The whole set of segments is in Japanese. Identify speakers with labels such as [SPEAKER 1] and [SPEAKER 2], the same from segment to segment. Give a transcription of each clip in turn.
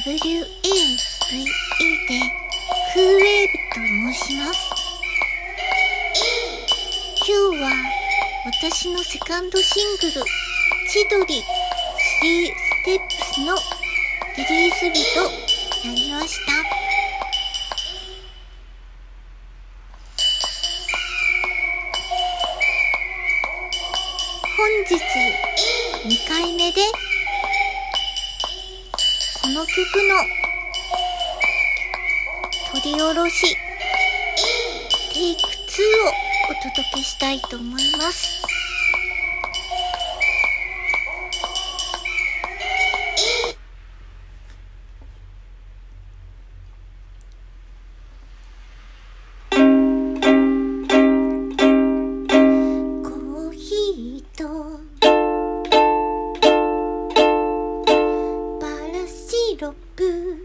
[SPEAKER 1] WAVE でクーウェーブと申します。今日は私のセカンドシングル千鳥3ステップスのリリース日となりました。本日2回目でこの曲の取り下ろしテイク2をお届けしたいと思います。コーヒーとバラシロップ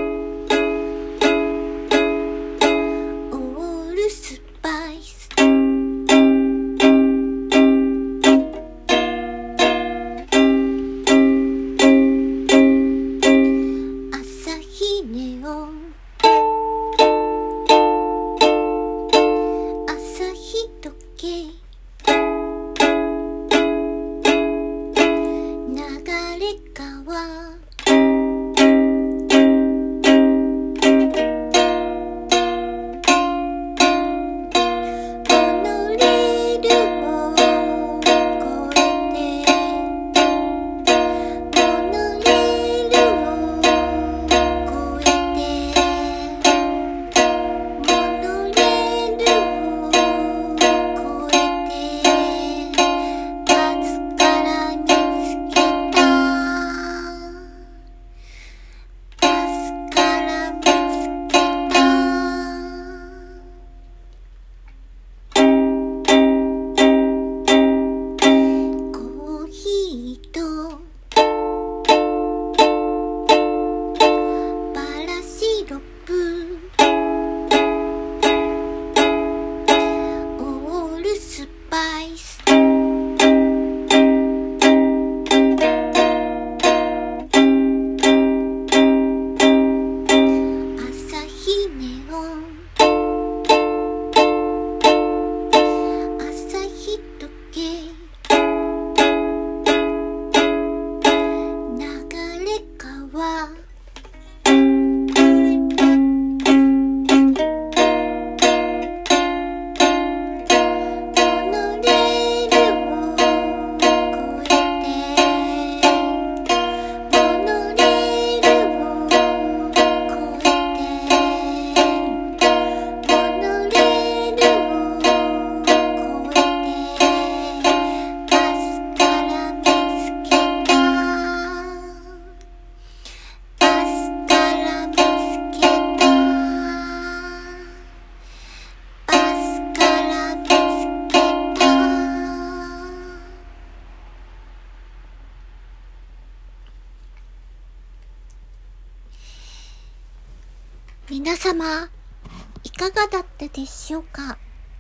[SPEAKER 1] 皆様いかがだったでしょうか。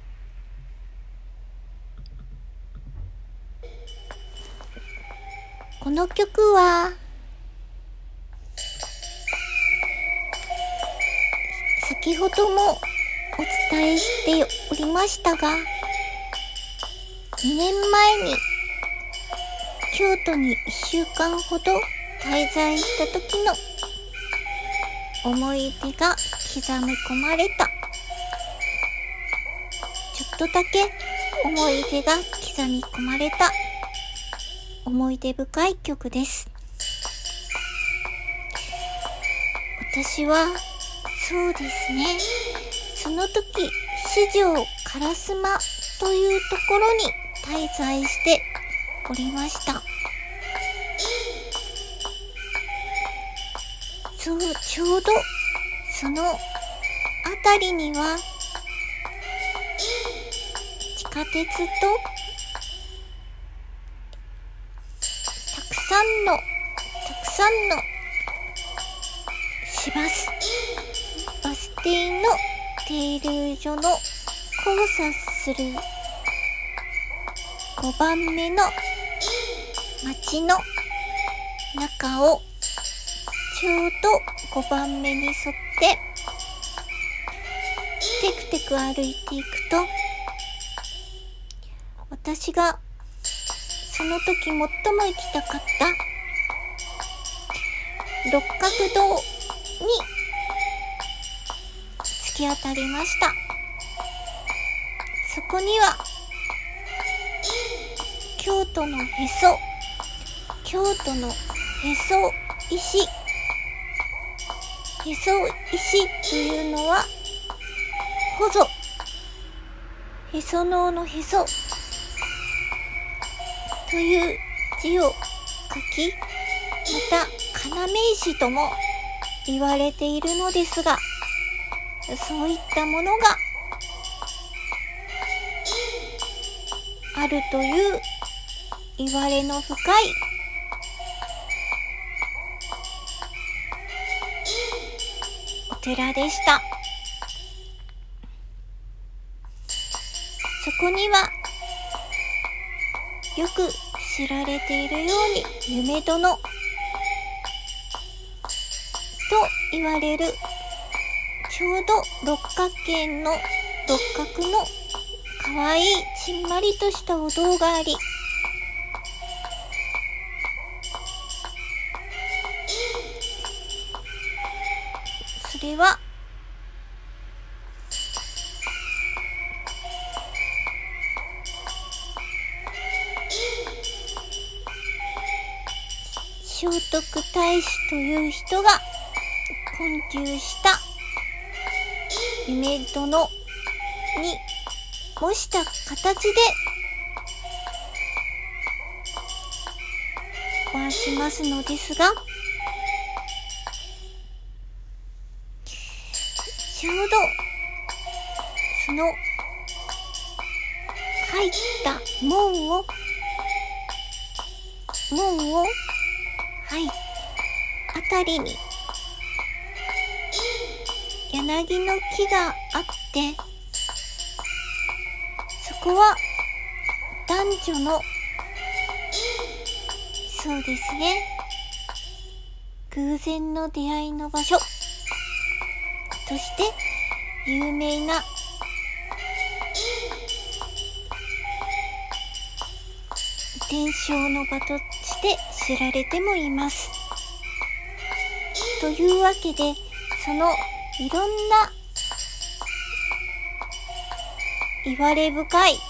[SPEAKER 1] この曲は先ほどもお伝えしておりましたが、2年前に京都に1週間ほど滞在した時の思い出が刻み込まれた、ちょっとだけ思い出が刻み込まれた思い出深い曲です。私はそうですね、その時四条烏丸というところに滞在しておりました。そう、ちょうどそのあたりには地下鉄とたくさんのバス停の停留所の交差する5番目の街の中をちちょうど5番目に沿ってテクテク歩いていくと、私がその時最も行きたかった六角堂に突き当たりました。そこには京都のへそ石、へそ石というのはほぞ、へその緒のへそという字を書き、また要石とも言われているのですが、そういったものがあるといういわれの深いお寺でした。そこにはよく知られているように夢殿と言われる、ちょうど六角形の六角のかわいいちんまりとしたお堂があり、それは聖徳太子という人が建立した夢殿に模した形で回しますのですが、ちょうどその入った門をあたりに柳の木があって、そこは男女の、そうですね、偶然の出会いの場所として有名な伝承の場として知られてもいます。というわけで、そのいろんな言われ深い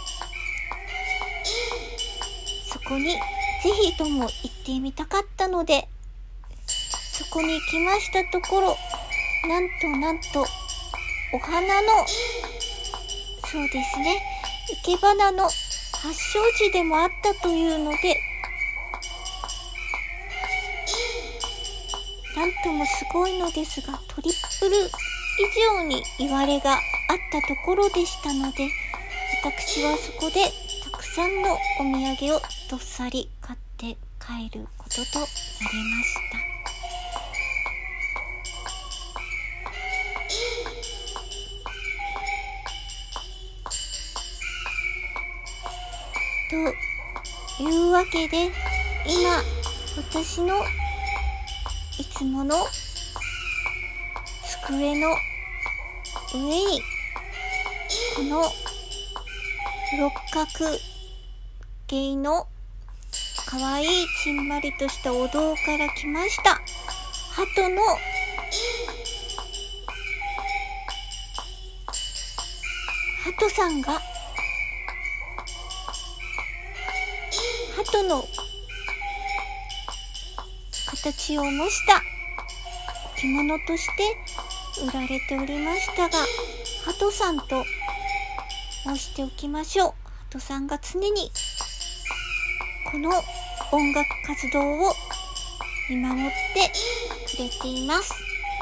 [SPEAKER 1] そこにぜひとも行ってみたかったので、そこに来ましたところ、なんとお花の、そうですね、生け花の発祥地でもあったというので、なんともすごいのですが、トリップル以上に言われがあったところでしたので、私はそこでたくさんのお土産をどっさり買って帰ることとなりました。というわけで、今私のいつもの机の上にこの六角形のかわいいちんまりとしたお堂から来ました鳩の鳩さんが鳩の形を模した着物として売られておりましたが、鳩さんと申しておきましょう。鳩さんが常にこの音楽活動を見守ってくれています。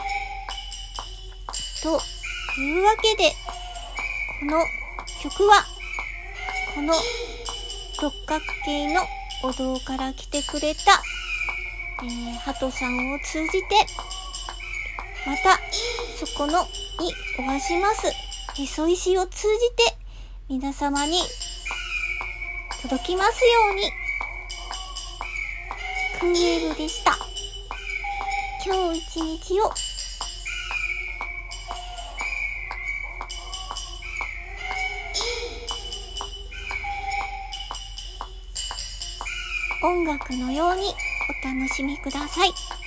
[SPEAKER 1] というわけで、この曲はこの六角形のお堂から来てくれた鳩さんを通じて、またそこのにおわしますへそ石を通じて皆様に届きますように。クーエルでした。 今日一日を音楽のようにお楽しみください。